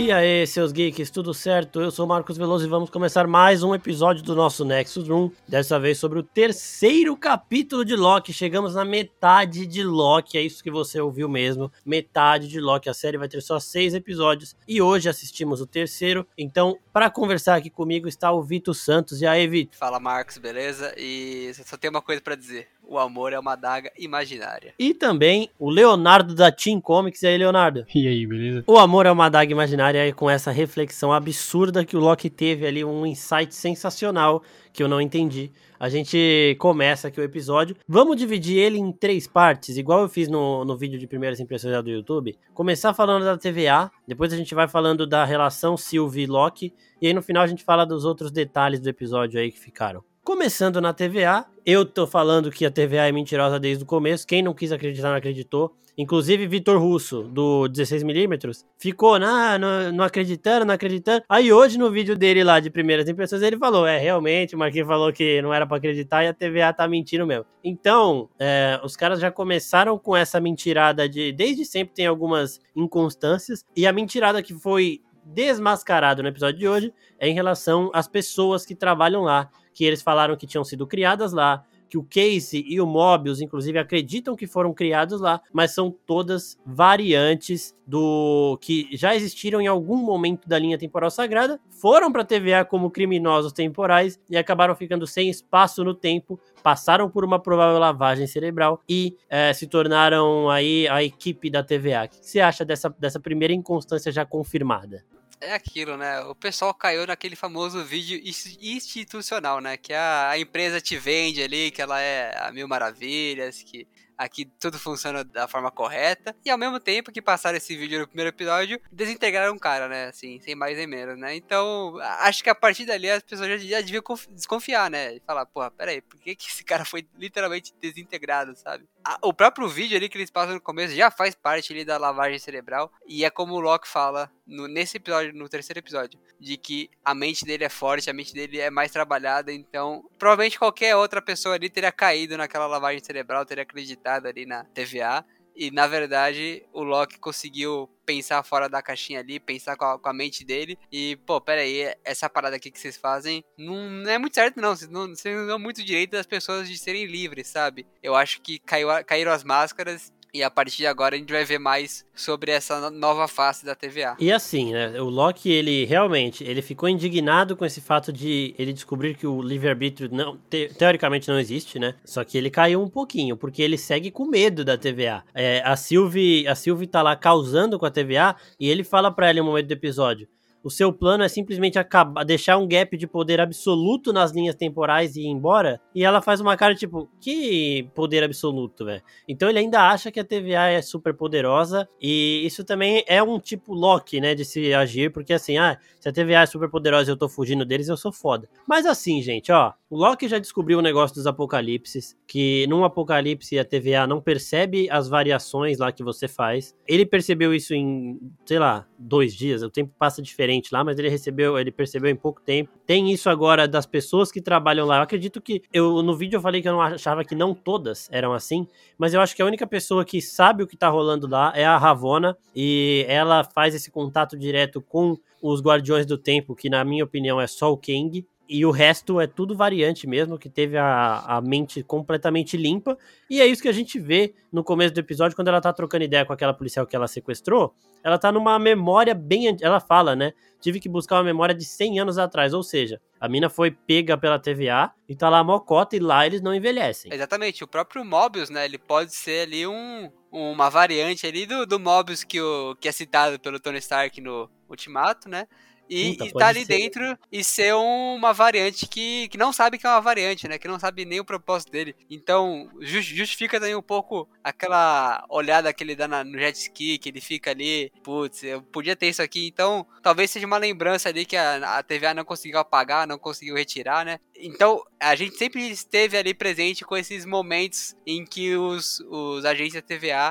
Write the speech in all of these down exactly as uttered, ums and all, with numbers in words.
E aí, seus geeks, tudo certo? Eu sou o Marcos Veloso e vamos começar mais um episódio do nosso Nexus Room, dessa vez sobre o terceiro capítulo de Loki. Chegamos na metade de Loki, é isso que você ouviu mesmo, metade de Loki. A série vai ter só seis episódios e hoje assistimos o terceiro. Então, para conversar aqui comigo está o Vitor Santos. E aí, Vitor? Fala, Marcos, beleza? E só tenho uma coisa pra dizer: o amor é uma adaga imaginária. E também o Leonardo da Team Comics. E aí, Leonardo? E aí, beleza? O amor é uma adaga imaginária, e com essa reflexão absurda que o Loki teve ali, um insight sensacional que eu não entendi. A gente começa aqui o episódio. Vamos dividir ele em três partes, igual eu fiz no, no vídeo de primeiras impressões do YouTube. Começar falando da T V A, depois a gente vai falando da relação Sylvie e Loki, e aí no final a gente fala dos outros detalhes do episódio aí que ficaram. Começando na T V A, eu tô falando que a T V A é mentirosa desde o começo. Quem não quis acreditar, não acreditou. Inclusive, Vitor Russo, do dezesseis milímetros, ficou nah, não, não acreditando, não acreditando. Aí hoje, no vídeo dele lá de primeiras impressões, ele falou, é, realmente, o Marquinhos falou que não era pra acreditar e a T V A tá mentindo mesmo. Então, é, os caras já começaram com essa mentirada de... Desde sempre tem algumas inconstâncias, e a mentirada que foi desmascarado no episódio de hoje é em relação às pessoas que trabalham lá, que eles falaram que tinham sido criadas lá, que o Casey e o Mobius, inclusive, acreditam que foram criados lá, mas são todas variantes do que já existiram em algum momento da linha temporal sagrada, foram para a T V A como criminosos temporais e acabaram ficando sem espaço no tempo, passaram por uma provável lavagem cerebral e é, se tornaram aí a equipe da T V A. O que você acha dessa, dessa primeira inconstância já confirmada? É aquilo, né? O pessoal caiu naquele famoso vídeo institucional, né? Que a, a empresa te vende ali, que ela é a mil maravilhas, que aqui tudo funciona da forma correta. E ao mesmo tempo que passaram esse vídeo no primeiro episódio, desintegraram o cara, né? Assim, sem mais nem menos, né? Então, acho que a partir dali as pessoas já, já deviam desconfiar, né? E falar, porra, peraí, por que, que esse cara foi literalmente desintegrado, sabe? A, o próprio vídeo ali que eles passam no começo já faz parte ali da lavagem cerebral. E é como o Loki fala no, nesse episódio, no terceiro episódio, de que a mente dele é forte, a mente dele é mais trabalhada. Então, provavelmente qualquer outra pessoa ali teria caído naquela lavagem cerebral, teria acreditado ali na T V A, e na verdade o Loki conseguiu pensar fora da caixinha ali, pensar com a, com a mente dele, e pô, pera aí, essa parada aqui que vocês fazem não, não é muito certo não, vocês não, vocês não dão muito direito das pessoas de serem livres, sabe? Eu acho que caiu, caíram as máscaras. E a partir de agora a gente vai ver mais sobre essa nova face da T V A. E assim, né, o Loki, ele realmente, ele ficou indignado com esse fato de ele descobrir que o livre-arbítrio não, te, teoricamente não existe, né? Só que ele caiu um pouquinho, porque ele segue com medo da T V A. É, a Sylvie, a Sylvie tá lá causando com a T V A e ele fala pra ela em um momento do episódio: o seu plano é simplesmente acabar, deixar um gap de poder absoluto nas linhas temporais e ir embora. E ela faz uma cara tipo, que poder absoluto, velho? Então ele ainda acha que a T V A é super poderosa. E isso também é um tipo Loki, né, de se agir. Porque assim, ah, se a T V A é super poderosa e eu tô fugindo deles, eu sou foda. Mas assim, gente, ó, o Loki já descobriu o negócio dos apocalipses, que num apocalipse a T V A não percebe as variações lá que você faz. Ele percebeu isso em, sei lá, dois dias. O tempo passa diferente lá, mas ele recebeu, ele percebeu em pouco tempo. Tem isso agora das pessoas que trabalham lá. Eu acredito que, eu no vídeo eu falei que eu não achava que não todas eram assim, mas eu acho que a única pessoa que sabe o que tá rolando lá é a Ravonna, e ela faz esse contato direto com os Guardiões do Tempo, que na minha opinião é só o Kang. E o resto é tudo variante mesmo, que teve a, a mente completamente limpa. E é isso que a gente vê no começo do episódio, quando ela tá trocando ideia com aquela policial que ela sequestrou. Ela tá numa memória bem... Ela fala, né? Tive que buscar uma memória de cem anos atrás. Ou seja, a mina foi pega pela T V A e tá lá mocota, e lá eles não envelhecem. Exatamente, o próprio Mobius, né? Ele pode ser ali um, uma variante ali do, do Mobius que, o, que é citado pelo Tony Stark no Ultimato, né? E, Puta, e tá ali ser. dentro e ser uma variante que, que não sabe que é uma variante, né? Que não sabe nem o propósito dele. Então, justifica também um pouco aquela olhada que ele dá na, no jet ski, que ele fica ali, putz, eu podia ter isso aqui. Então, talvez seja uma lembrança ali que a, a T V A não conseguiu apagar, não conseguiu retirar, né? Então, a gente sempre esteve ali presente com esses momentos em que os, os agentes da T V A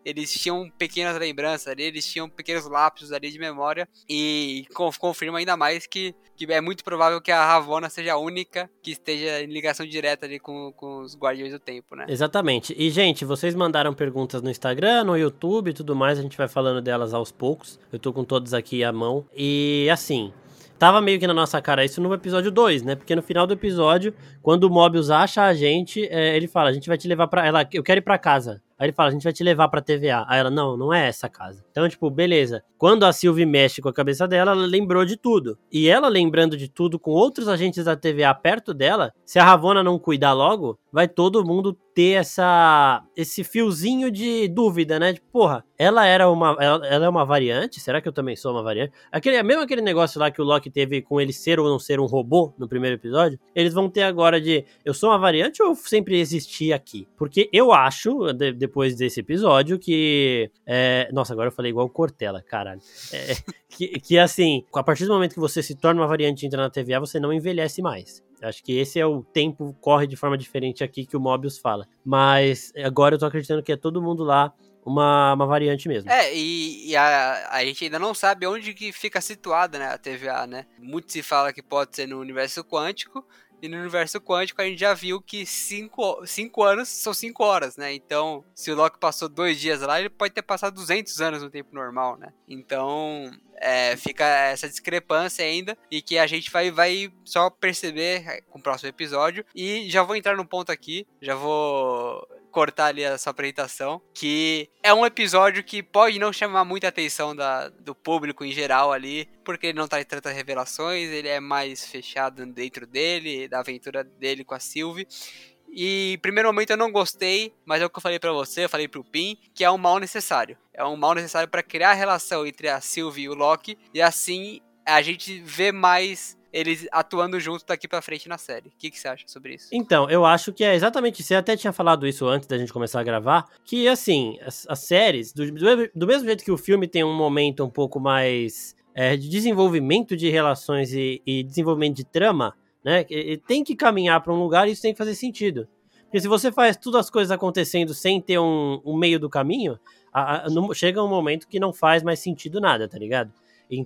eles tinham pequenas lembranças ali, eles tinham pequenos lapsos ali de memória, e confirma ainda mais que, que é muito provável que a Ravonna seja a única que esteja em ligação direta ali com, com os Guardiões do Tempo, né? Exatamente. E, gente, vocês mandaram perguntas no Instagram, no YouTube e tudo mais, a gente vai falando delas aos poucos. Eu tô com todas aqui à mão. E, assim, tava meio que na nossa cara isso no episódio dois, né? Porque no final do episódio, quando o Mobius acha a gente, é, ele fala, a gente vai te levar pra... Ela, eu quero ir pra casa. Aí ele fala, a gente vai te levar pra T V A. Aí ela, não, não é essa casa. Então, tipo, beleza. Quando a Sylvie mexe com a cabeça dela, ela lembrou de tudo. E ela lembrando de tudo com outros agentes da T V A perto dela, se a Ravonna não cuidar logo, vai todo mundo ter essa, esse fiozinho de dúvida, né? De, porra, ela era uma, ela, ela é uma variante? Será que eu também sou uma variante? Aquele, mesmo aquele negócio lá que o Loki teve com ele ser ou não ser um robô no primeiro episódio, eles vão ter agora de, eu sou uma variante ou eu sempre existi aqui? Porque eu acho, de, depois desse episódio, que... É, nossa, agora eu falei igual o Cortella, caralho. É, que, que, assim, a partir do momento que você se torna uma variante e entra na T V A, você não envelhece mais. Acho que esse é o tempo, corre de forma diferente aqui que o Mobius fala. Mas agora eu tô acreditando que é todo mundo lá uma, uma variante mesmo. É, e, e a, a gente ainda não sabe onde que fica situada, né, a T V A, né? Muito se fala que pode ser no universo quântico, e no universo quântico a gente já viu que cinco, cinco anos são cinco horas, né? Então, se o Loki passou dois dias lá, ele pode ter passado duzentos anos no tempo normal, né? Então, é, fica essa discrepância ainda, e que a gente vai, vai só perceber com o próximo episódio. E já vou entrar num ponto aqui, já vou cortar ali a sua apresentação, que é um episódio que pode não chamar muita atenção da, do público em geral ali, porque ele não traz tantas revelações, ele é mais fechado dentro dele, da aventura dele com a Sylvie. E, em primeiro momento, eu não gostei, mas é o que eu falei pra você, eu falei pro Pim, que é um mal necessário. É um mal necessário pra criar a relação entre a Sylvie e o Loki, e assim a gente vê mais eles atuando juntos daqui pra frente na série. O que, que você acha sobre isso? Então, eu acho que é exatamente isso. Você até tinha falado isso antes da gente começar a gravar, que, assim, as, as séries, do, do, do mesmo jeito que o filme tem um momento um pouco mais é, de desenvolvimento de relações e, e desenvolvimento de trama, né, ele tem que caminhar pra um lugar e isso tem que fazer sentido. Porque se você faz todas as coisas acontecendo sem ter um, um meio do caminho, a, a, no, chega um momento que não faz mais sentido nada, tá ligado?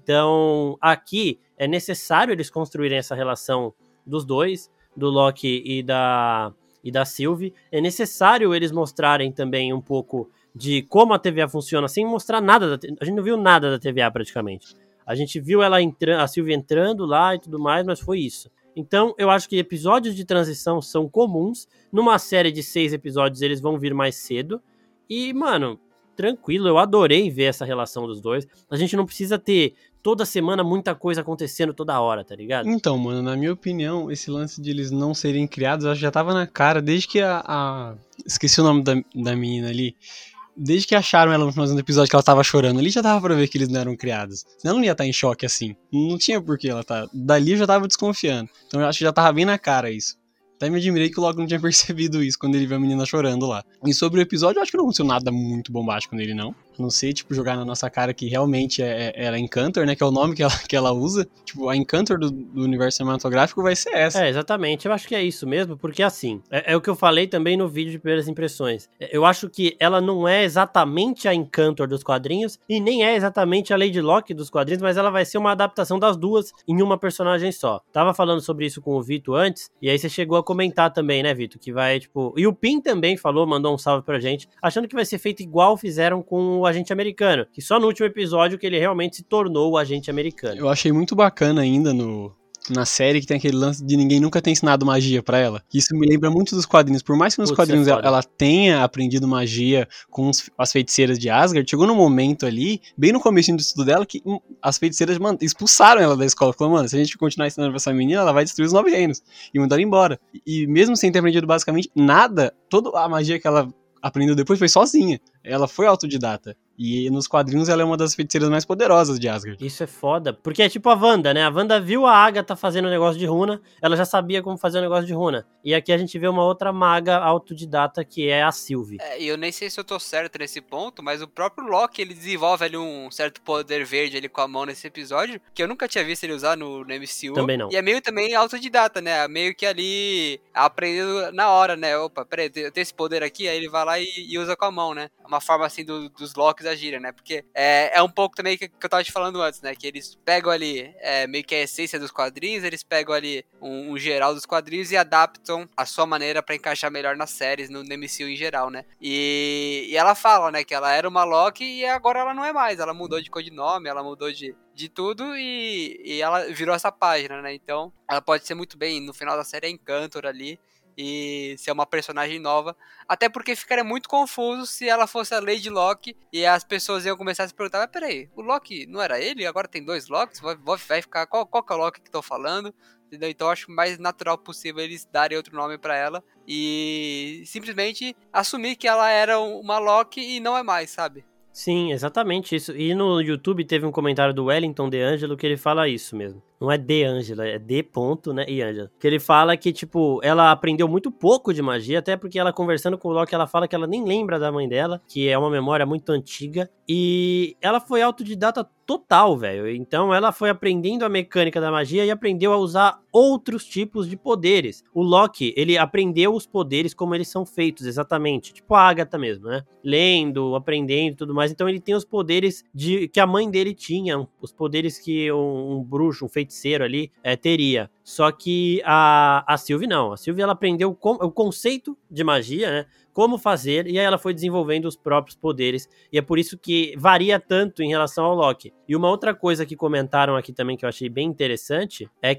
Então, aqui é necessário eles construírem essa relação dos dois, do Loki e da, e da Sylvie. É necessário eles mostrarem também um pouco de como a T V A funciona, sem mostrar nada. Da, a gente não viu nada da T V A praticamente. A gente viu ela entra, a Sylvie entrando lá e tudo mais, mas foi isso. Então, eu acho que episódios de transição são comuns. Numa série de seis episódios, eles vão vir mais cedo. E, mano, tranquilo, eu adorei ver essa relação dos dois. A gente não precisa ter toda semana muita coisa acontecendo toda hora, tá ligado? Então, mano, na minha opinião, esse lance de eles não serem criados, eu acho que já tava na cara desde que a... a... Esqueci o nome da, da menina ali. Desde que acharam ela no final do episódio que ela tava chorando ali, já dava pra ver que eles não eram criados. Senão ela não ia estar em choque assim. Não tinha por que ela tá. Dali eu já tava desconfiando. Então eu acho que já tava bem na cara isso. Até me admirei que o Loki não tinha percebido isso quando ele viu a menina chorando lá. E sobre o episódio, eu acho que não aconteceu nada muito bombástico nele, não. A não ser, tipo, jogar na nossa cara que realmente é, é, ela é Encantor, né? Que é o nome que ela, que ela usa. Tipo, a Encantor do, do universo cinematográfico vai ser essa. É, exatamente. Eu acho que é isso mesmo, porque assim, é, é o que eu falei também no vídeo de primeiras impressões. Eu acho que ela não é exatamente a Encantor dos quadrinhos e nem é exatamente a Lady Locke dos quadrinhos, mas ela vai ser uma adaptação das duas em uma personagem só. Tava falando sobre isso com o Vitor antes, e aí você chegou a comentar também, né, Vitor? Que vai, tipo... E o Pim também falou, mandou um salve pra gente, achando que vai ser feito igual fizeram com o Agente Americano, que só no último episódio que ele realmente se tornou o Agente Americano. Eu achei muito bacana ainda no... na série que tem aquele lance de ninguém nunca ter ensinado magia pra ela. Isso me lembra muito dos quadrinhos. Por mais que nos Putz, quadrinhos é ela, ela tenha aprendido magia com os, as feiticeiras de Asgard, chegou num momento ali, bem no começo do estudo dela, que hum, as feiticeiras, mano, expulsaram ela da escola. Falaram, mano, se a gente continuar ensinando pra essa menina, ela vai destruir os nove reinos. E mandaram embora. E, e mesmo sem ter aprendido basicamente nada, toda a magia que ela aprendeu depois foi sozinha. Ela foi autodidata. E nos quadrinhos ela é uma das feiticeiras mais poderosas de Asgard. Isso é foda, porque é tipo a Wanda, né? A Wanda viu a Agatha fazendo um negócio de runa, ela já sabia como fazer um negócio de runa. E aqui a gente vê uma outra maga autodidata, que é a Sylvie. É, e eu nem sei se eu tô certo nesse ponto, mas o próprio Loki, ele desenvolve ali um certo poder verde ali com a mão nesse episódio, que eu nunca tinha visto ele usar no, no M C U. Também não. E é meio também autodidata, né? Meio que ali aprendendo na hora, né? Opa, peraí, eu tenho esse poder aqui, aí ele vai lá e, e usa com a mão, né? Uma forma assim do, dos Locks agirem, né? Porque é, é um pouco também que, que eu tava te falando antes, né? Que eles pegam ali é, meio que a essência dos quadrinhos, eles pegam ali um, um geral dos quadrinhos e adaptam a sua maneira pra encaixar melhor nas séries, no, no M C U em geral, né? E, e ela fala, né? Que ela era uma Loki e agora ela não é mais. Ela mudou de codinome, ela mudou de, de tudo e, e ela virou essa página, né? Então, ela pode ser muito bem, no final da série, a Encantor ali e ser uma personagem nova, até porque ficaria muito confuso se ela fosse a Lady Locke e as pessoas iam começar a se perguntar, mas peraí, o Loki não era ele? Agora tem dois Locks? Vai, vai ficar, qual, qual que é o Loki que tô falando? Entendeu? Então eu acho mais natural possível eles darem outro nome pra ela e simplesmente assumir que ela era uma Loki e não é mais, sabe? Sim, exatamente isso. E no YouTube teve um comentário do Wellington De Angelo que ele fala isso mesmo. Não é De Angelo, é D ponto, né, e Angelo. Que ele fala que, tipo, ela aprendeu muito pouco de magia, até porque ela conversando com o Loki, ela fala que ela nem lembra da mãe dela, que é uma memória muito antiga, e ela foi autodidata total, velho. Então ela foi aprendendo a mecânica da magia e aprendeu a usar outros tipos de poderes. O Loki, ele aprendeu os poderes como eles são feitos, exatamente. Tipo a Agatha mesmo, né? Lendo, aprendendo e tudo mais. Então ele tem os poderes de, que a mãe dele tinha, os poderes que um, um bruxo, um feiticeiro ali é, teria. Só que a, a Sylvie não. A Sylvie, ela aprendeu com, o conceito de magia, né? Como fazer, e aí ela foi desenvolvendo os próprios poderes, e é por isso que varia tanto em relação ao Loki. E uma outra coisa que comentaram aqui também que eu achei bem interessante, é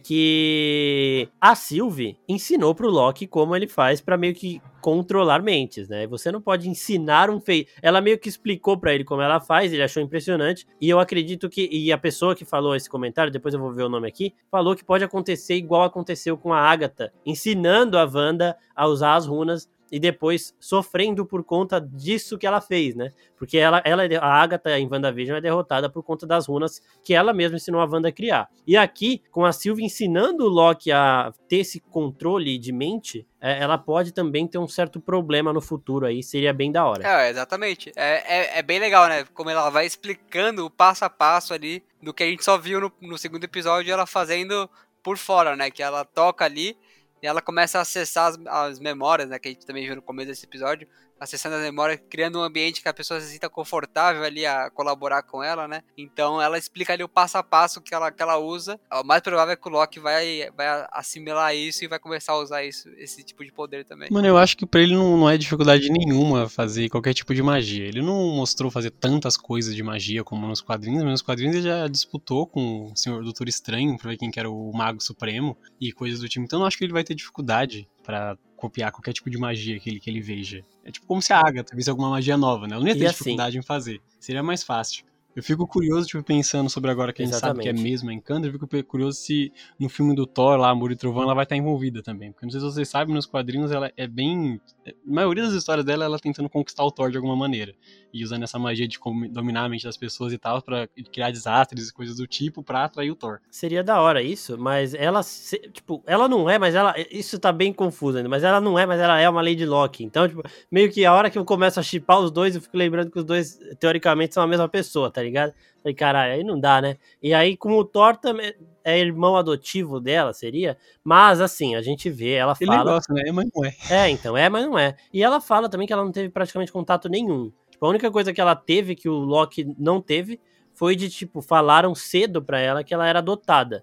que a Sylvie ensinou pro Loki como ele faz pra meio que controlar mentes, né? Você não pode ensinar um feito. Ela meio que explicou pra ele como ela faz, ele achou impressionante, e eu acredito que, e a pessoa que falou esse comentário, depois eu vou ver o nome aqui, falou que pode acontecer igual aconteceu com a Agatha, ensinando a Wanda a usar as runas, e depois sofrendo por conta disso que ela fez, né? Porque ela, ela, a Agatha em WandaVision é derrotada por conta das runas que ela mesma ensinou a Wanda a criar. E aqui, com a Sylvie ensinando o Loki a ter esse controle de mente, é, ela pode também ter um certo problema no futuro aí, seria bem da hora. É, exatamente. É, é, é bem legal, né? Como ela vai explicando o passo a passo ali do que a gente só viu no, no segundo episódio, ela fazendo por fora, né? Que ela toca ali e ela começa a acessar as, as memórias, né? Que a gente também viu no começo desse episódio. Acessando as memórias, criando um ambiente que a pessoa se sinta confortável ali a colaborar com ela, né? Então ela explica ali o passo a passo que ela, que ela usa. O mais provável é que o Loki vai, vai assimilar isso e vai começar a usar isso, esse tipo de poder também. Mano, eu acho que pra ele não, não é dificuldade nenhuma fazer qualquer tipo de magia. Ele não mostrou fazer tantas coisas de magia como nos quadrinhos, mas nos quadrinhos ele já disputou com o Senhor Doutor Estranho pra ver quem que era o Mago Supremo e coisas do tipo. Então eu não acho que ele vai ter dificuldade pra copiar qualquer tipo de magia que ele, que ele veja. É tipo como se a Agatha visse alguma magia nova, né? Ela não ia ter E dificuldade assim, em fazer. Seria mais fácil. Eu fico curioso, tipo, pensando sobre agora que a gente sabe que é exatamente. mesmo a Encanto, eu fico curioso se no filme do Thor, lá, Amor e Trovão, ela vai estar envolvida também. Porque não sei se vocês sabem, nos quadrinhos ela é bem... A maioria das histórias dela, ela tentando conquistar o Thor de alguma maneira. E usando essa magia de dominar a mente das pessoas e tal, pra criar desastres e coisas do tipo, pra atrair o Thor. Seria da hora isso, mas ela, se- tipo, ela não é, mas ela, isso tá bem confuso ainda, mas ela não é, mas ela é uma Lady Locke. Então, tipo, meio que a hora que eu começo a shippar os dois, eu fico lembrando que os dois, teoricamente, são a mesma pessoa, tá ligado? Falei, caralho, aí não dá, né? E aí, como o Thor também é irmão adotivo dela, seria? Mas, assim, a gente vê, ela Ele fala... gosta, né? Mas não é. É, então, é, mas não é. E ela fala também que ela não teve praticamente contato nenhum. Tipo, a única coisa que ela teve, que o Loki não teve, foi de, tipo, falaram cedo pra ela que ela era adotada.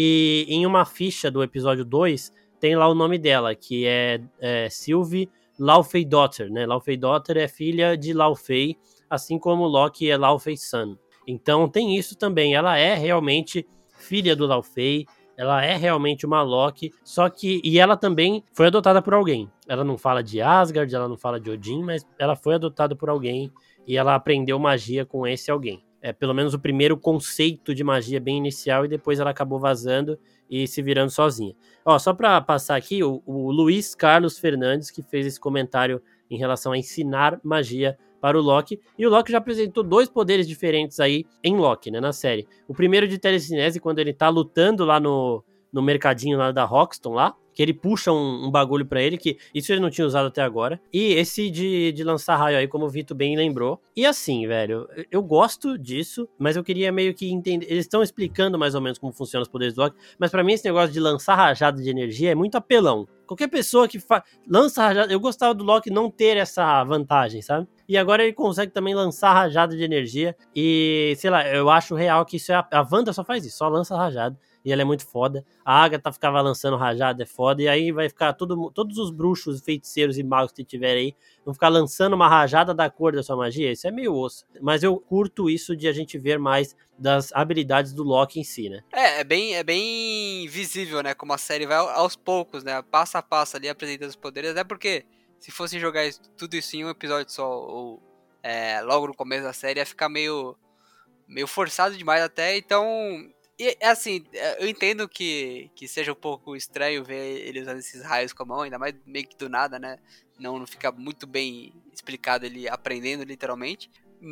E em uma ficha do episódio dois, tem lá o nome dela, que é, é Sylvie Laufey-Daughter, né? Laufey-Daughter é filha de Laufey, assim como Loki é Laufey-Son. Então tem isso também, ela é realmente filha do Laufey, ela é realmente uma Loki, só que... E ela também foi adotada por alguém. Ela não fala de Asgard, ela não fala de Odin, mas ela foi adotada por alguém e ela aprendeu magia com esse alguém. É pelo menos o primeiro conceito de magia bem inicial e depois ela acabou vazando e se virando sozinha. Ó, só pra passar aqui, o, o Luiz Carlos Fernandes, que fez esse comentário em relação a ensinar magia para o Loki. E o Loki já apresentou dois poderes diferentes aí em Loki, né, na série. O primeiro de telecinese, quando ele tá lutando lá no, no mercadinho lá da Roxton lá, que ele puxa um, um bagulho pra ele, que isso ele não tinha usado até agora. E esse de, de lançar raio aí, como o Vitor bem lembrou. E assim, velho, eu, eu gosto disso, mas eu queria meio que entender... Eles estão explicando mais ou menos como funcionam os poderes do Loki, mas pra mim esse negócio de lançar rajada de energia é muito apelão. Qualquer pessoa que fa... lança rajada... Eu gostava do Loki não ter essa vantagem, sabe? E agora ele consegue também lançar rajada de energia. E, sei lá, eu acho real que isso é... A, a Wanda só faz isso, só lança rajada. E ela é muito foda. A Agatha ficava lançando rajada, é foda. E aí vai ficar todo, todos os bruxos, feiticeiros e magos que tiverem aí vão ficar lançando uma rajada da cor da sua magia. Isso é meio osso. Mas eu curto isso de a gente ver mais das habilidades do Loki em si, né? É, é bem, é bem visível, né? Como a série vai aos poucos, né? Passo a passo ali apresentando os poderes. Até porque se fosse jogar isso, tudo isso em um episódio só, ou é, logo no começo da série, ia ficar meio, meio forçado demais até. Então... E, assim, eu entendo que, que seja um pouco estranho ver ele usando esses raios com a mão, ainda mais meio que do nada, né? Não, não fica muito bem explicado ele aprendendo, literalmente.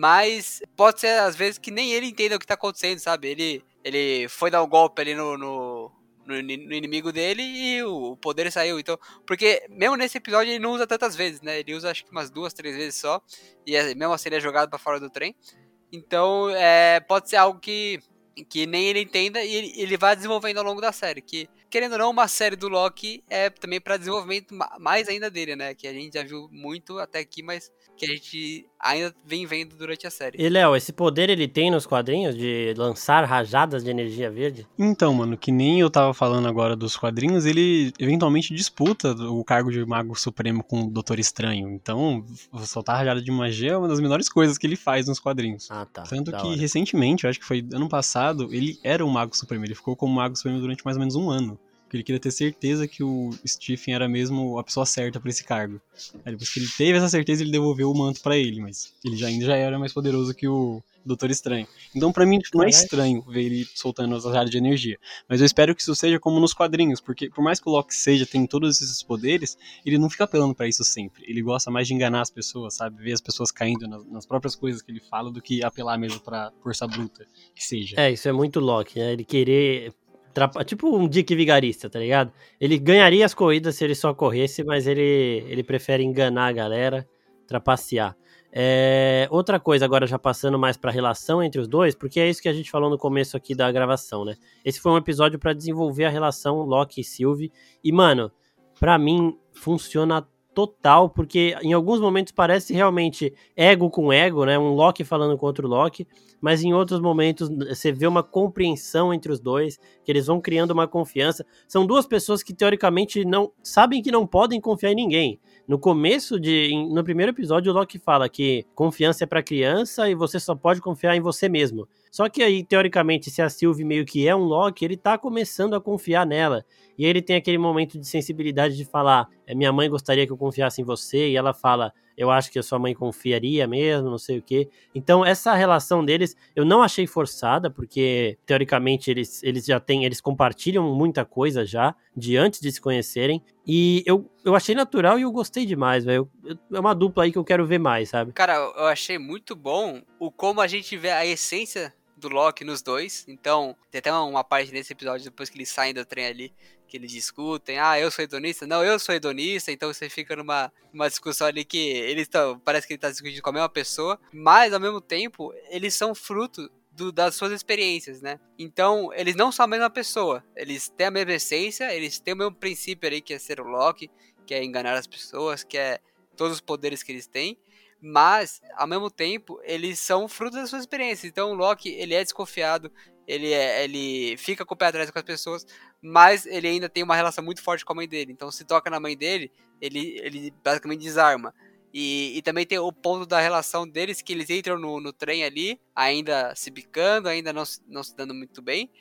Mas pode ser, às vezes, que nem ele entenda o que tá acontecendo, sabe? Ele, ele foi dar um golpe ali no, no, no, no inimigo dele e o, o poder saiu. Então, porque mesmo nesse episódio ele não usa tantas vezes, né? Ele usa acho que umas duas, três vezes só. E mesmo assim ele é jogado pra fora do trem. Então, é, pode ser algo que... que nem ele entenda e ele, ele vai desenvolvendo ao longo da série, que, querendo ou não, uma série do Loki é também para desenvolvimento mais ainda dele, né, que a gente já viu muito até aqui, mas que a gente ainda vem vendo durante a série. E, Léo, esse poder ele tem nos quadrinhos de lançar rajadas de energia verde? Então, mano, que nem eu tava falando agora dos quadrinhos, ele eventualmente disputa o cargo de Mago Supremo com o Doutor Estranho. Então, soltar rajada de magia é uma das menores coisas que ele faz nos quadrinhos. Ah, tá. Tanto da que, hora. recentemente, eu acho que foi ano passado, ele era o Mago Supremo. Ele ficou como Mago Supremo durante mais ou menos um ano. Porque ele queria ter certeza que o Stephen era mesmo a pessoa certa pra esse cargo. Aí depois que ele teve essa certeza, ele devolveu o manto pra ele. Mas ele já, ainda já era mais poderoso que o Doutor Estranho. Então, pra mim, não é Caraca. estranho ver ele soltando as rajadas de energia. Mas eu espero que isso seja como nos quadrinhos. Porque por mais que o Loki seja, tem todos esses poderes, ele não fica apelando pra isso sempre. Ele gosta mais de enganar as pessoas, sabe? Ver as pessoas caindo nas, nas próprias coisas que ele fala do que apelar mesmo pra força bruta que seja. É, isso é muito Loki, né? Ele querer... Trapa... Tipo um Dick Vigarista, tá ligado? Ele ganharia as corridas se ele só corresse, mas ele, ele prefere enganar a galera, trapacear. É... Outra coisa, agora já passando mais pra relação entre os dois, porque é isso que a gente falou no começo aqui da gravação, né? Esse foi um episódio pra desenvolver a relação Loki e Sylvie. E, mano, pra mim, funciona total, porque em alguns momentos parece realmente ego com ego, né? Um Loki falando com outro Loki, mas em outros momentos você vê uma compreensão entre os dois, que eles vão criando uma confiança. São duas pessoas que teoricamente não sabem que não podem confiar em ninguém. No começo de, no primeiro episódio, o Loki fala que confiança é pra criança e você só pode confiar em você mesmo. Só que aí, teoricamente, se a Sylvie meio que é um Loki, ele tá começando a confiar nela. E ele tem aquele momento de sensibilidade de falar, minha mãe gostaria que eu confiasse em você, e ela fala, eu acho que a sua mãe confiaria mesmo, não sei o quê. Então, essa relação deles, eu não achei forçada, porque, teoricamente, eles, eles já têm, eles compartilham muita coisa já, de antes de se conhecerem, e eu, eu achei natural e eu gostei demais, velho. É uma dupla aí que eu quero ver mais, sabe? Cara, eu achei muito bom o como a gente vê a essência do Loki nos dois. Então, tem até uma parte nesse episódio, depois que eles saem do trem ali, que eles discutem, ah, eu sou hedonista, não, eu sou hedonista, então você fica numa, numa discussão ali que eles estão, parece que ele tá discutindo com a mesma pessoa, mas ao mesmo tempo, eles são fruto do, das suas experiências, né? Então, eles não são a mesma pessoa, eles têm a mesma essência, eles têm o mesmo princípio ali, que é ser o Loki, que é enganar as pessoas, que é todos os poderes que eles têm, mas, ao mesmo tempo, eles são frutos das suas experiências. Então, o Loki, ele é desconfiado, ele, é, ele fica com o pé atrás com as pessoas, mas ele ainda tem uma relação muito forte com a mãe dele. Então, se toca na mãe dele, ele, ele basicamente desarma. E, e também tem o ponto da relação deles, que eles entram no, no trem ali, ainda se bicando, ainda não, não se dando muito bem.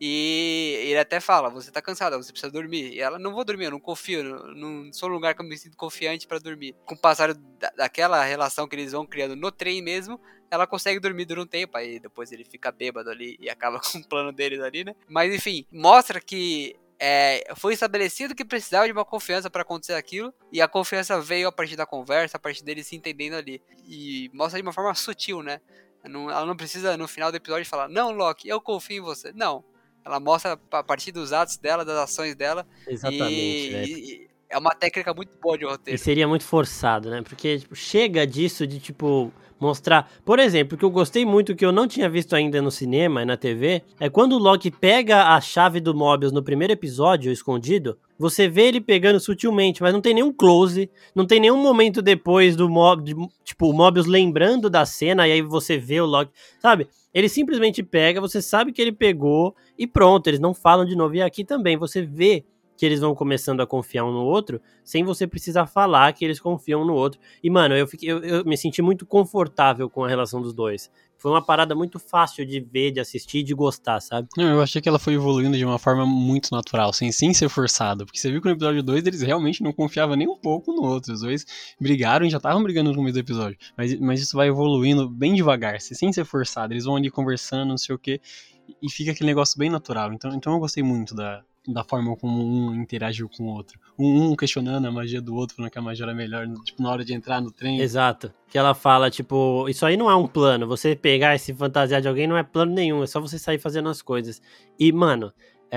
E ele até fala, você tá cansada, você precisa dormir. E ela, não vou dormir, eu não confio, não, não sou um lugar que eu me sinto confiante pra dormir. Com o passar da, daquela relação que eles vão criando no trem mesmo, ela consegue dormir durante um tempo, aí depois ele fica bêbado ali e acaba com o plano deles ali, né? Mas enfim, mostra que é, foi estabelecido que precisava de uma confiança para acontecer aquilo, e a confiança veio a partir da conversa, a partir deles se entendendo ali. E mostra de uma forma sutil, né? Não, ela não precisa, no final do episódio, falar, não, Loki, eu confio em você. Não. Ela mostra a partir dos atos dela, das ações dela. Exatamente, velho. E, e é uma técnica muito boa de E roteiro. seria muito forçado, né? Porque tipo, chega disso de, tipo, mostrar... Por exemplo, o que eu gostei muito, que eu não tinha visto ainda no cinema e na T V, é quando o Loki pega a chave do Mobius no primeiro episódio, escondido, você vê ele pegando sutilmente, mas não tem nenhum close, não tem nenhum momento depois do Mobius, tipo, o Mobius lembrando da cena, e aí você vê o Loki, sabe? Ele simplesmente pega, você sabe que ele pegou, e pronto, eles não falam de novo. E aqui também, você vê que eles vão começando a confiar um no outro, sem você precisar falar que eles confiam um no outro. E, mano, eu, fiquei, eu, eu me senti muito confortável com a relação dos dois. Foi uma parada muito fácil de ver, de assistir e de gostar, sabe? Não, eu achei que ela foi evoluindo de uma forma muito natural, sem, sem ser forçada. Porque você viu que no episódio dois eles realmente não confiavam nem um pouco no outro. Os dois brigaram e já estavam brigando no começo do episódio. Mas, mas isso vai evoluindo bem devagar, sem ser forçado. Eles vão ali conversando, não sei o quê, e fica aquele negócio bem natural. Então, então eu gostei muito da... da forma como um interagiu com o outro. Um, um questionando a magia do outro, falando que a magia era melhor, tipo, na hora de entrar no trem. Exato. Que ela fala, tipo, isso aí não é um plano. Você pegar esse fantasiar de alguém não é plano nenhum, é só você sair fazendo as coisas. E, mano,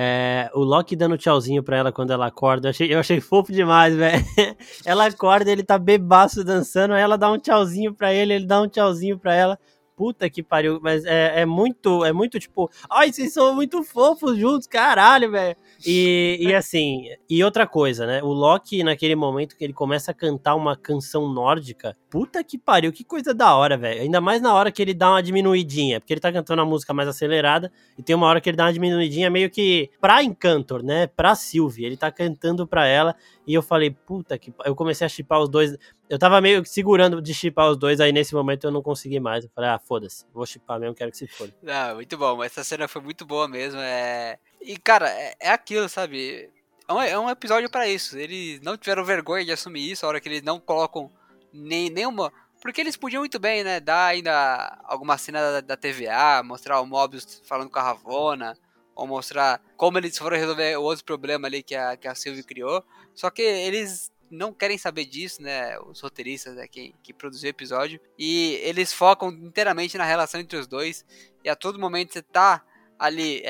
é, o Loki dando tchauzinho pra ela quando ela acorda, eu achei, eu achei fofo demais, velho. Ela acorda, ele tá bebaço dançando, aí ela dá um tchauzinho pra ele, ele dá um tchauzinho pra ela. Puta que pariu, mas é, é muito, é muito tipo, ai, vocês são muito fofos juntos, caralho, velho. E, e assim, e outra coisa, né, o Loki naquele momento que ele começa a cantar uma canção nórdica, puta que pariu, que coisa da hora, velho. Ainda mais na hora que ele dá uma diminuidinha, porque ele tá cantando a música mais acelerada, e tem uma hora que ele dá uma diminuidinha meio que pra Encantor, né, pra Sylvie, ele tá cantando pra ela, e eu falei, puta que pariu, eu comecei a shippar os dois. Eu tava meio segurando de shippar os dois, aí nesse momento eu não consegui mais. Eu falei, ah, foda-se, vou shippar mesmo, quero que se foda. Ah, muito bom, essa cena foi muito boa mesmo. É... E, cara, é, é aquilo, sabe? É um, é um episódio pra isso. Eles não tiveram vergonha de assumir isso, a hora que eles não colocam nem, nenhuma. Porque eles podiam muito bem, né? Dar ainda alguma cena da, da T V A, mostrar o Mobius falando com a Ravonna, ou mostrar como eles foram resolver o outro problema ali que a, que a Sylvie criou. Só que eles não querem saber disso, né, os roteiristas, né, que, que produziu o episódio, e eles focam inteiramente na relação entre os dois, e a todo momento você tá ali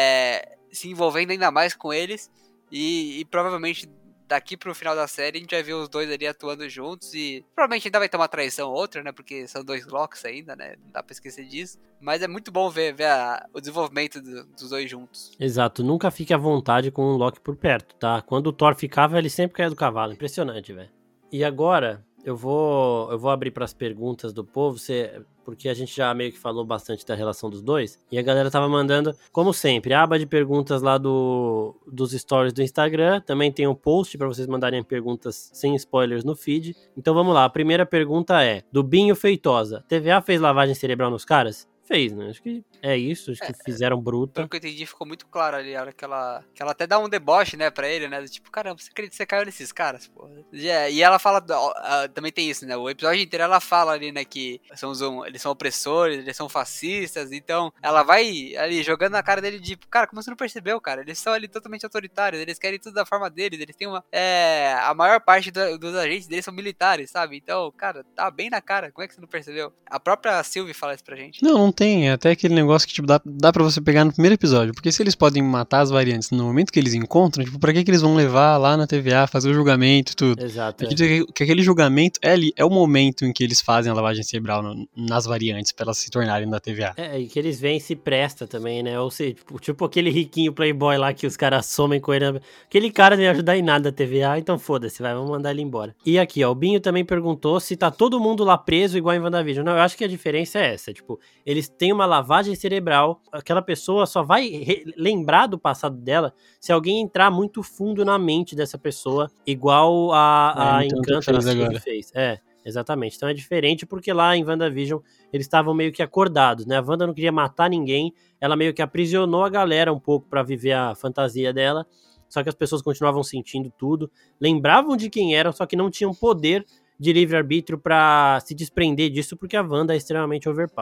é, se envolvendo ainda mais com eles, e, e provavelmente daqui pro final da série a gente vai ver os dois ali atuando juntos, e provavelmente ainda vai ter uma traição ou outra, né, porque são dois Locks ainda, né, não dá pra esquecer disso, mas é muito bom ver, ver a, o desenvolvimento do, dos dois juntos. Exato, nunca fique à vontade com o Loki por perto, tá? Quando o Thor ficava, ele sempre caía do cavalo, impressionante, velho. E agora, eu vou, eu vou abrir pras perguntas do povo, você, porque a gente já meio que falou bastante da relação dos dois, e a galera tava mandando, como sempre, a aba de perguntas lá do, dos stories do Instagram, também tem um post pra vocês mandarem perguntas sem spoilers no feed. Então vamos lá, a primeira pergunta é, do Binho Feitosa, T V A fez lavagem cerebral nos caras? Fez, né? Acho que é isso, acho que fizeram bruta. Pelo que eu entendi, ficou muito claro ali, a hora que ela, que ela até dá um deboche, né, pra ele, né, do tipo, caramba, você acredita que você caiu nesses caras, pô? E ela fala, uh, também tem isso, né, o episódio inteiro ela fala ali, né, que são os, um, eles são opressores, eles são fascistas, então ela vai ali jogando na cara dele, tipo, cara, como você não percebeu, cara? Eles são ali totalmente autoritários, eles querem tudo da forma deles, eles têm uma, é, a maior parte do, dos agentes deles são militares, sabe? Então, cara, tá bem na cara, como é que você não percebeu? A própria Sylvie fala isso pra gente. Não, não tem, é até aquele negócio que, tipo, dá, dá pra você pegar no primeiro episódio, porque se eles podem matar as variantes no momento que eles encontram, tipo, pra que que eles vão levar lá na T V A, fazer o julgamento e tudo? Exato. É. Que, que aquele julgamento é ali, é o momento em que eles fazem a lavagem cerebral no, nas variantes, pra elas se tornarem da T V A. É, e que eles veem se presta também, né? Ou seja, tipo, tipo aquele riquinho playboy lá que os caras somem com ele. Aquele cara não ia ajudar em nada a T V A, então foda-se, vai, vamos mandar ele embora. E aqui, ó, o Binho também perguntou se tá todo mundo lá preso igual em WandaVision. Não, eu acho que a diferença é essa, tipo, eles têm uma lavagem cerebral, aquela pessoa só vai re- lembrar do passado dela se alguém entrar muito fundo na mente dessa pessoa, igual a, a É, então Encanto fez agora. fez. É, exatamente. Então é diferente porque lá em WandaVision eles estavam meio que acordados, né? A Wanda não queria matar ninguém, ela meio que aprisionou a galera um pouco pra viver a fantasia dela, só que as pessoas continuavam sentindo tudo, lembravam de quem eram, só que não tinham poder de livre-arbítrio pra se desprender disso porque a Wanda é extremamente overpower.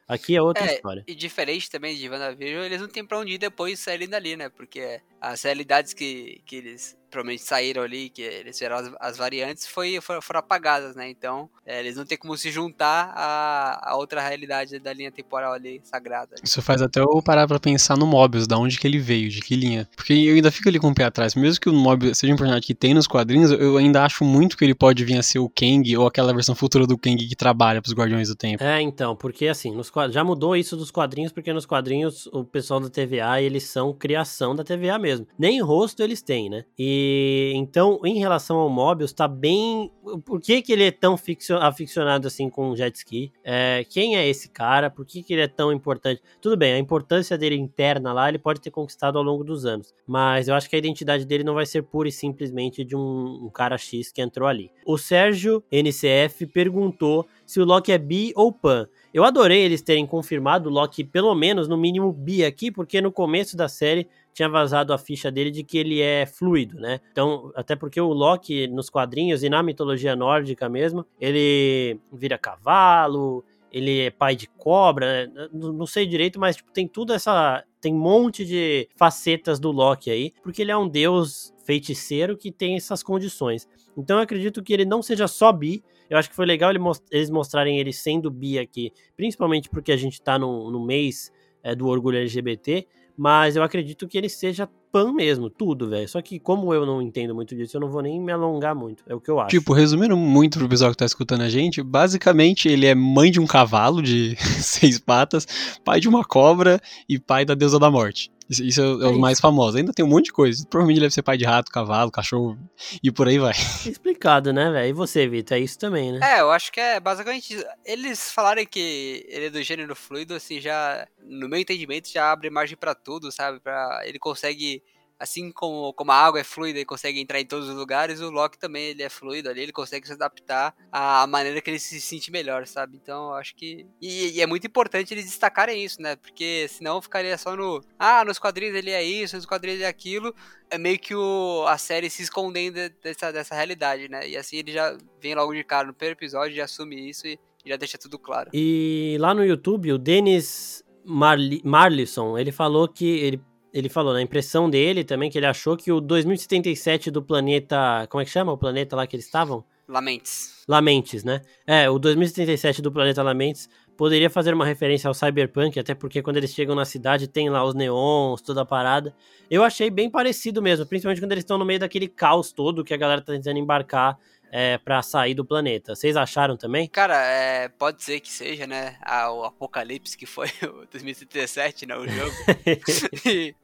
Aqui é outra É, história. e diferente também de WandaVision, eles não tem pra onde ir depois saírem dali, né? Porque as realidades que, que eles provavelmente saíram ali, que eles fizeram as, as variantes, foi, foram, foram apagadas, né? Então, é, eles não tem como se juntar a, a outra realidade da linha temporal ali, sagrada. Isso faz até eu parar pra pensar no Mobius, da onde que ele veio, de que linha. Porque eu ainda fico ali com o pé atrás. Mesmo que o Mobius seja um personagem que tem nos quadrinhos, eu ainda acho muito que ele pode vir a ser o Kang, ou aquela versão futura do Kang que trabalha pros Guardiões do Tempo. É, então, porque assim, nos, já mudou isso dos quadrinhos, porque nos quadrinhos o pessoal da T V A, eles são criação da T V A mesmo. Nem rosto eles têm, né? E então, em relação ao Mobius, tá bem... Por que que ele é tão ficcio... aficionado assim com o jet ski? É, quem é esse cara? Por que que ele é tão importante? Tudo bem, a importância dele interna lá, ele pode ter conquistado ao longo dos anos. Mas eu acho que a identidade dele não vai ser pura e simplesmente de um, um cara X que entrou ali. O Sérgio N C F perguntou se o Loki é bi ou pan. Eu adorei eles terem confirmado o Loki, pelo menos, no mínimo, bi aqui, porque no começo da série tinha vazado a ficha dele de que ele é fluido, né? Então, até porque o Loki, nos quadrinhos e na mitologia nórdica mesmo, ele vira cavalo, ele é pai de cobra, né? Não sei direito, mas tipo, tem tudo essa... Tem um monte de facetas do Loki aí, porque ele é um deus feiticeiro que tem essas condições. Então eu acredito que ele não seja só bi. Eu acho que foi legal ele most- eles mostrarem ele sendo bi aqui, principalmente porque a gente tá no, no mês é, do orgulho L G B T, mas eu acredito que ele seja pan mesmo, tudo, velho. Só que como eu não entendo muito disso, eu não vou nem me alongar muito, é o que eu acho. Tipo, resumindo muito pro pessoal que tá escutando a gente, basicamente ele é mãe de um cavalo de seis patas, pai de uma cobra e pai da deusa da morte. Isso, isso é, é, é o mais famoso. Ainda tem um monte de coisa. Provavelmente ele deve ser pai de rato, cavalo, cachorro e por aí vai. Explicado, né, velho? E você, Vitor? É isso também, né? É, eu acho que é basicamente... Eles falarem que ele é do gênero fluido, assim, já... No meu entendimento, já abre margem pra tudo, sabe? Pra, ele consegue... Assim como, como a água é fluida e consegue entrar em todos os lugares, o Loki também ele é fluido ali, ele consegue se adaptar à maneira que ele se sente melhor, sabe? Então eu acho que... E, e é muito importante eles destacarem isso, né? Porque senão ficaria só no... Ah, nos quadrinhos ele é isso, nos quadrinhos ele é aquilo. É meio que o, a série se escondendo dessa, dessa realidade, né? E assim ele já vem logo de cara no primeiro episódio, já assume isso e já deixa tudo claro. E lá no YouTube, o Denis Marli, Marlisson, ele falou que... ele Ele falou na impressão dele também que ele achou que o dois mil e setenta e sete do planeta... Como é que chama o planeta lá que eles estavam? Lamentes. Lamentes, né? É, o dois mil e setenta e sete do planeta Lamentes poderia fazer uma referência ao Cyberpunk, até porque quando eles chegam na cidade tem lá os neons, toda a parada. Eu achei bem parecido mesmo, principalmente quando eles estão no meio daquele caos todo que a galera tá tentando embarcar é, pra sair do planeta. Vocês acharam também? Cara, é, pode ser que seja, né? A, o Apocalipse que foi o dois mil e setenta e sete, né? O jogo. e,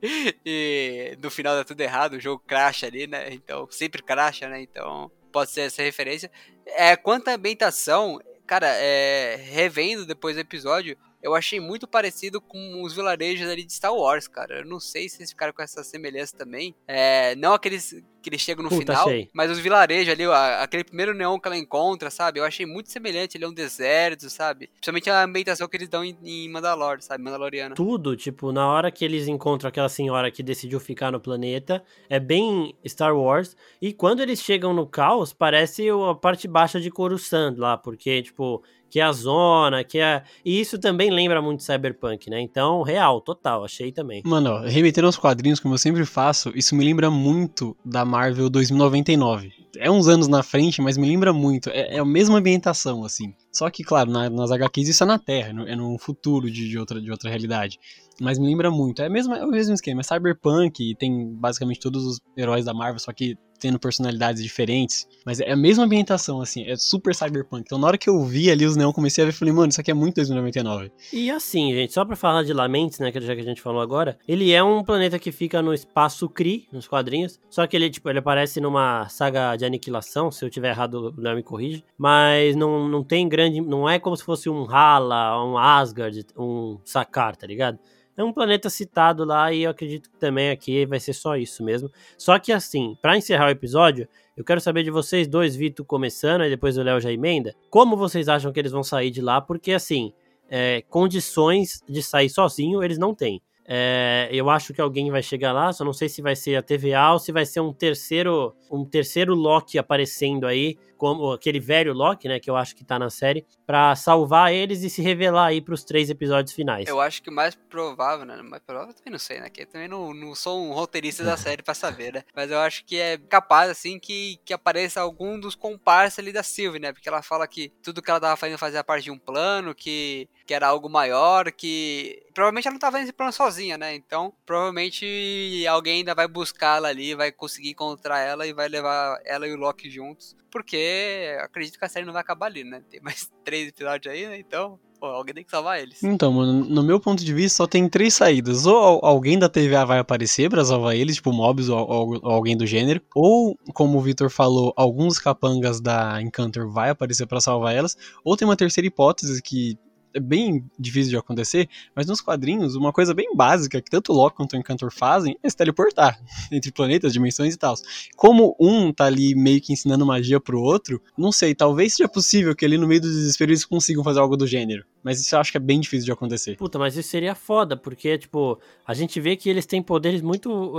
e no final dá tudo errado, o jogo crasha ali, né? Então, sempre crasha, né? Então, pode ser essa referência. É, quanto à ambientação, cara, é, revendo depois do episódio, eu achei muito parecido com os vilarejos ali de Star Wars, cara. Eu não sei se eles ficaram com essa semelhança também. É, não aqueles que eles chegam no Puta, final, achei. mas os vilarejos ali, a, aquele primeiro neon que ela encontra, sabe? Eu achei muito semelhante. Ele é um deserto, sabe? Principalmente a ambientação que eles dão em, em Mandalor, sabe? Mandaloriana. Tudo, tipo, na hora que eles encontram aquela senhora que decidiu ficar no planeta, é bem Star Wars. E quando eles chegam no caos, parece a parte baixa de Coruscant lá, porque, tipo, que é a zona, que é... E isso também lembra muito Cyberpunk, né? Então, real, total, achei também. Mano, ó, remetendo aos quadrinhos, como eu sempre faço, isso me lembra muito da Marvel dois mil e noventa e nove. É uns anos na frente, mas me lembra muito. É, é a mesma ambientação, assim. Só que, claro, na, nas agá quês isso é na Terra, é num futuro de, de, outra, de outra realidade. Mas me lembra muito. É, mesmo, é o mesmo esquema. É Cyberpunk, tem basicamente todos os heróis da Marvel, só que tendo personalidades diferentes. Mas é a mesma ambientação, assim. É super Cyberpunk. Então, na hora que eu vi ali os neon, comecei a ver e falei, mano, isso aqui é muito dois mil e noventa e nove. E assim, gente, só pra falar de Lamentes, né, que já que a gente falou agora, ele é um planeta que fica no espaço Kree, nos quadrinhos, só que ele, tipo, ele aparece numa saga de aniquilação, se eu tiver errado, o Léo me corrige, mas não, não tem grande, não é como se fosse um Hala, um Asgard, um Sakaar, tá ligado? É um planeta citado lá e eu acredito que também aqui vai ser só isso mesmo. Só que assim, pra encerrar o episódio, eu quero saber de vocês dois, Vitor começando, e depois o Léo já emenda, como vocês acham que eles vão sair de lá, porque assim, é, condições de sair sozinho eles não têm. É, eu acho que alguém vai chegar lá, só não sei se vai ser a T V A ou se vai ser um terceiro, um terceiro Loki aparecendo aí como aquele velho Loki, né, que eu acho que tá na série, pra salvar eles e se revelar aí pros três episódios finais. Eu acho que o mais provável, né? Mais provável eu também não sei, né? Que eu também não, não sou um roteirista da série pra saber, né? Mas eu acho que é capaz, assim, que, que apareça algum dos comparsas ali da Sylvie, né? Porque ela fala que tudo que ela tava fazendo fazia parte de um plano, que, que era algo maior, que... Provavelmente ela não tava nesse plano sozinha, né? Então, provavelmente alguém ainda vai buscá-la ali, vai conseguir encontrar ela e vai levar ela e o Loki juntos. Porque acredito que a série não vai acabar ali, né? Tem mais três episódios aí, né? Então... Pô, alguém tem que salvar eles. Então, mano, no meu ponto de vista só tem três saídas. Ou alguém da T V A vai aparecer pra salvar eles, tipo Mobius ou, ou, ou alguém do gênero. Ou, como o Victor falou, alguns capangas da Encantor vai aparecer pra salvar elas. Ou tem uma terceira hipótese que é bem difícil de acontecer, mas nos quadrinhos, uma coisa bem básica que tanto o Loki quanto o Encantor fazem é se teleportar entre planetas, dimensões e tal. Como um tá ali meio que ensinando magia pro outro, não sei, talvez seja possível que ali no meio do desespero eles consigam fazer algo do gênero. Mas isso eu acho que é bem difícil de acontecer. Puta, mas isso seria foda, porque, tipo, a gente vê que eles têm poderes muito...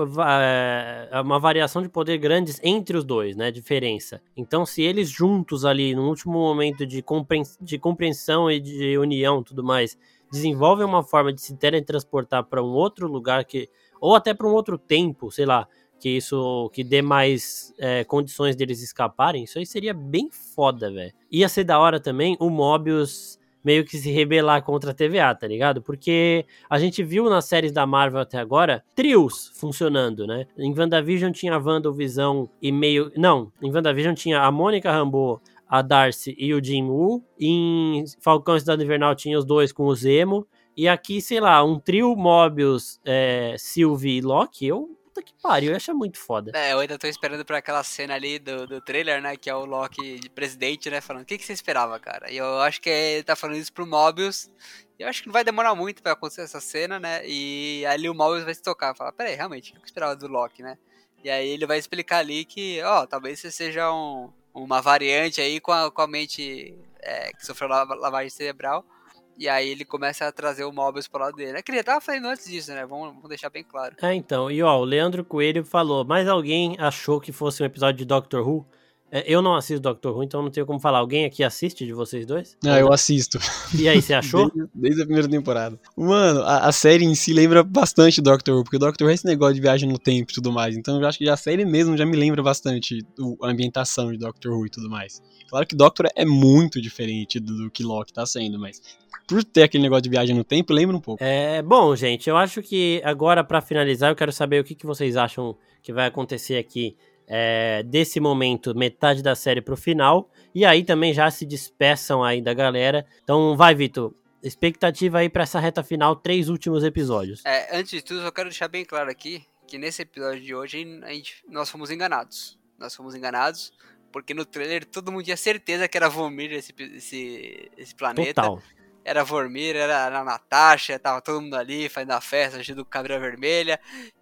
É, uma variação de poder grandes entre os dois, né? Diferença. Então, se eles juntos ali, no último momento de, compre de compreensão e de união e tudo mais, desenvolvem uma forma de se teletransportar para um outro lugar, que ou até para um outro tempo, sei lá, que isso que dê mais é, condições deles escaparem, isso aí seria bem foda, velho. Ia ser da hora também o Mobius... meio que se rebelar contra a T V A, tá ligado? Porque a gente viu nas séries da Marvel até agora, trios funcionando, né? Em WandaVision tinha a Wanda, o Visão e meio... Não, em WandaVision tinha a Mônica Rambeau, a Darcy e o Jim Woo. Em Falcão e Cidade Invernal tinha os dois com o Zemo. E aqui, sei lá, um trio Mobius, é, Sylvie e Loki, eu... Puta que pariu, eu acho muito foda. É, eu ainda tô esperando por aquela cena ali do, do trailer, né? Que é o Loki de presidente, né? Falando, o que, que você esperava, cara? E eu acho que ele tá falando isso pro Mobius. E eu acho que não vai demorar muito pra acontecer essa cena, né? E ali o Mobius vai se tocar. Falar, peraí, realmente, o que eu esperava do Loki, né? E aí ele vai explicar ali que, ó, talvez você seja um, uma variante aí com a, com a mente é, que sofreu lavagem cerebral. E aí ele começa a trazer o Mobius pro lado dele. É que ele já tava falando antes disso, né? Vamos, vamos deixar bem claro. É, então, e ó, o Leandro Coelho falou, mas alguém achou que fosse um episódio de Doctor Who? É, eu não assisto Doctor Who, então não tenho como falar. Alguém aqui assiste de vocês dois? Ah, eu assisto. E aí, você achou? Desde, desde a primeira temporada. Mano, a, a série em si lembra bastante Doctor Who, porque o Doctor Who é esse negócio de viagem no tempo e tudo mais. Então eu acho que a série mesmo já me lembra bastante do, a ambientação de Doctor Who e tudo mais. Claro que Doctor é muito diferente do, do que Loki tá sendo, mas... por ter aquele negócio de viagem no tempo, lembra um pouco. É, bom, gente, eu acho que agora, pra finalizar, eu quero saber o que, que vocês acham que vai acontecer aqui é, desse momento, metade da série pro final, e aí também já se despeçam aí da galera. Então vai, Vitor, expectativa aí pra essa reta final, três últimos episódios. É, antes de tudo, eu quero deixar bem claro aqui que nesse episódio de hoje a gente, nós fomos enganados. Nós fomos enganados porque no trailer todo mundo tinha certeza que era Vormir esse, esse, esse planeta. Total. Era Vormir, era a Natasha, tava todo mundo ali fazendo a festa, agindo Cabra Vermelha.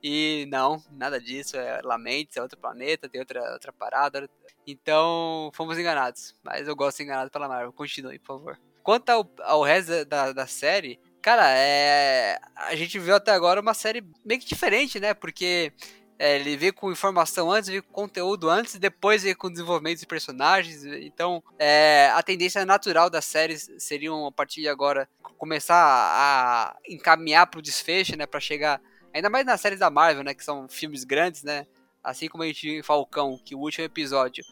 E não, nada disso, é Lamentes, é outro planeta, tem outra, outra parada. Então, fomos enganados. Mas eu gosto de ser enganado pela Marvel. Continue, por favor. Quanto ao, ao resto da, da série, cara, é... a gente viu até agora uma série meio que diferente, né? Porque... É, ele veio com informação antes, veio com conteúdo antes, depois veio com desenvolvimento de personagens. Então, é, a tendência natural das séries seria, a partir de agora, começar a encaminhar para o desfecho, né? Para chegar, ainda mais nas séries da Marvel, né? Que são filmes grandes, né? Assim como a gente viu em Falcão, que o último episódio,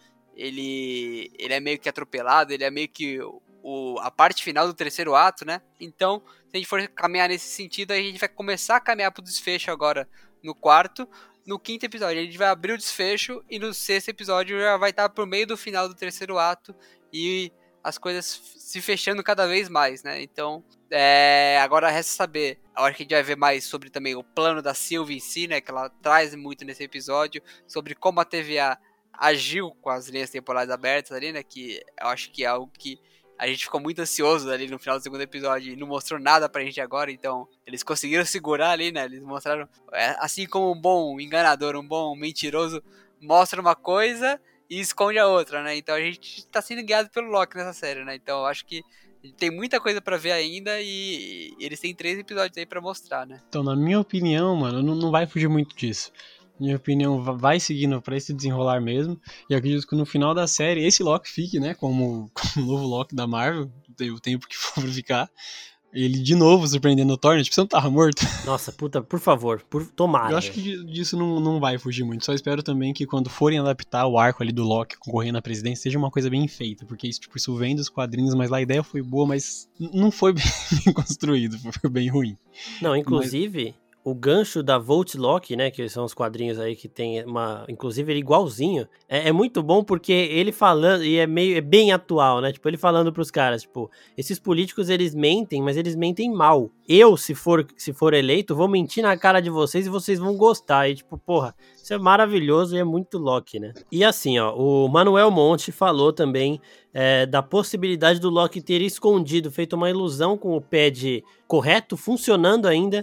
ele, ele é meio que atropelado, ele é meio que o, a parte final do terceiro ato, né? Então, se a gente for caminhar nesse sentido, a gente vai começar a caminhar para o desfecho agora no quarto. No quinto episódio a gente vai abrir o desfecho e no sexto episódio já vai estar por meio do final do terceiro ato e as coisas se fechando cada vez mais, né? Então, é, agora resta saber, eu acho que a gente vai ver mais sobre também o plano da Sylvie em si, né? Que ela traz muito nesse episódio, sobre como a T V A agiu com as linhas temporais abertas ali, né? Que eu acho que é algo que a gente ficou muito ansioso ali no final do segundo episódio e não mostrou nada pra gente agora, então eles conseguiram segurar ali, né? Eles mostraram, assim como um bom enganador, um bom mentiroso mostra uma coisa e esconde a outra, né? Então a gente tá sendo guiado pelo Loki nessa série, né? Então eu acho que tem muita coisa pra ver ainda e eles têm três episódios aí pra mostrar, né? Então, na minha opinião, mano, não, não vai fugir muito disso. Minha opinião, vai seguindo pra esse desenrolar mesmo. E eu acredito que no final da série, esse Loki fique, né? Como, como o novo Loki da Marvel. O tempo que for pra ficar. Ele de novo surpreendendo o Thor, tipo, você não tava morto? Nossa, puta, por favor, por tomara. Eu acho que disso não, não vai fugir muito. Só espero também que quando forem adaptar o arco ali do Loki concorrendo à presidência, seja uma coisa bem feita. Porque isso, tipo, isso vem dos quadrinhos, mas lá a ideia foi boa, mas não foi bem, bem construído, foi bem ruim. Não, inclusive... Mas... O gancho da Volt Loki, né, que são os quadrinhos aí que tem uma, inclusive ele igualzinho, é, é muito bom porque ele falando, e é meio, é bem atual, né, tipo, ele falando pros caras, tipo, esses políticos eles mentem, mas eles mentem mal. Eu, se for, se for eleito, vou mentir na cara de vocês e vocês vão gostar, e tipo, porra, isso é maravilhoso e é muito Loki, né. E assim, ó, o Manuel Monte falou também é, da possibilidade do Loki ter escondido, feito uma ilusão com o pad correto, funcionando ainda,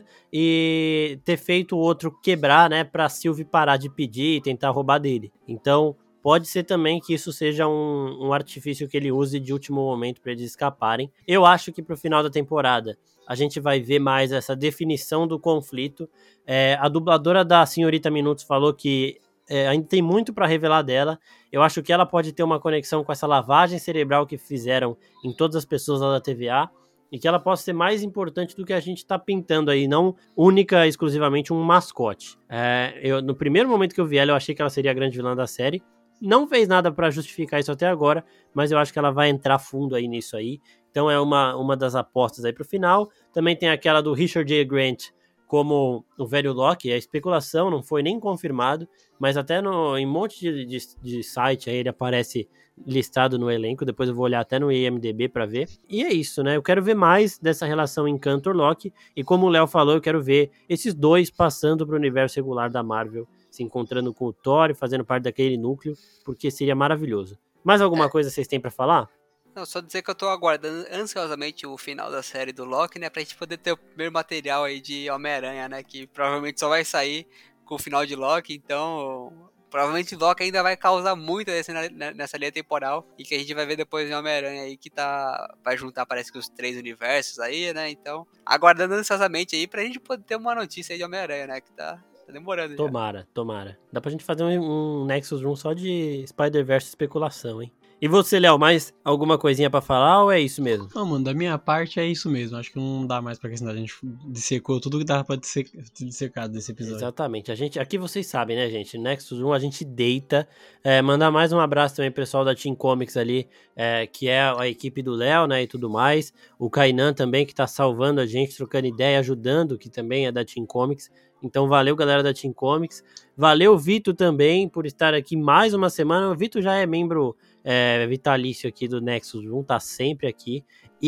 e ter feito o outro quebrar, né, pra Sylvie parar de pedir e tentar roubar dele. Então, pode ser também que isso seja um, um artifício que ele use de último momento pra eles escaparem. Eu acho que pro final da temporada a gente vai ver mais essa definição do conflito. É, a dubladora da Senhorita Minutos falou que é, ainda tem muito pra revelar dela. Eu acho que ela pode ter uma conexão com essa lavagem cerebral que fizeram em todas as pessoas lá da T V A, e que ela possa ser mais importante do que a gente tá pintando aí, não única, exclusivamente um mascote. É, eu, no primeiro momento que eu vi ela, eu achei que ela seria a grande vilã da série. Não fez nada pra justificar isso até agora, mas eu acho que ela vai entrar fundo aí nisso aí. Então é uma, uma das apostas aí pro final. Também tem aquela do Richard J. Grant como o velho Loki, é especulação, não foi nem confirmado, mas até no, em um monte de, de, de site aí ele aparece listado no elenco, depois eu vou olhar até no I M D B pra ver. E é isso, né? Eu quero ver mais dessa relação Encantor-Loki, e como o Léo falou, eu quero ver esses dois passando pro universo regular da Marvel, se encontrando com o Thor e fazendo parte daquele núcleo, porque seria maravilhoso. Mais alguma é. coisa vocês têm pra falar? Não, só dizer que eu tô aguardando ansiosamente o final da série do Loki, né, pra gente poder ter o primeiro material aí de Homem-Aranha, né, que provavelmente só vai sair com o final de Loki, então provavelmente Loki ainda vai causar muito nessa, nessa linha temporal, e que a gente vai ver depois em Homem-Aranha aí, que tá, vai juntar, parece que os três universos aí, né, então aguardando ansiosamente aí pra gente poder ter uma notícia aí de Homem-Aranha, né, que tá, tá demorando. Tomara, já. tomara. Dá pra gente fazer um, um Nexus Room só de Spider-Verse especulação, hein. E você, Léo, mais alguma coisinha pra falar ou é isso mesmo? Não, mano, da minha parte é isso mesmo. Acho que não dá mais pra acrescentar. A gente dissecou tudo que dava pra dissecar desse episódio. Exatamente. A gente, aqui vocês sabem, né, gente? Nexus um a gente deita. É, mandar mais um abraço também pro pessoal da Team Comics ali, é, que é a equipe do Léo, né, e tudo mais. O Kainan também, que tá salvando a gente, trocando ideia, ajudando, que também é da Team Comics. Então valeu, galera da Team Comics. Valeu, Vitor, também, por estar aqui mais uma semana. O Vitor já é membro é, vitalício aqui do Nexus um, tá sempre aqui.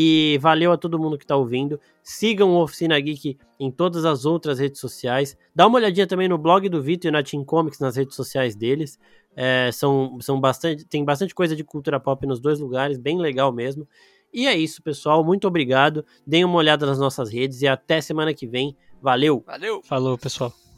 E valeu a todo mundo que tá ouvindo. Sigam o Oficina Geek em todas as outras redes sociais. Dá uma olhadinha também no blog do Vitor e na Team Comics, nas redes sociais deles. É, são, são bastante, tem bastante coisa de cultura pop nos dois lugares, bem legal mesmo. E é isso, pessoal. Muito obrigado. Deem uma olhada nas nossas redes e até semana que vem. Valeu! Valeu! Falou, pessoal.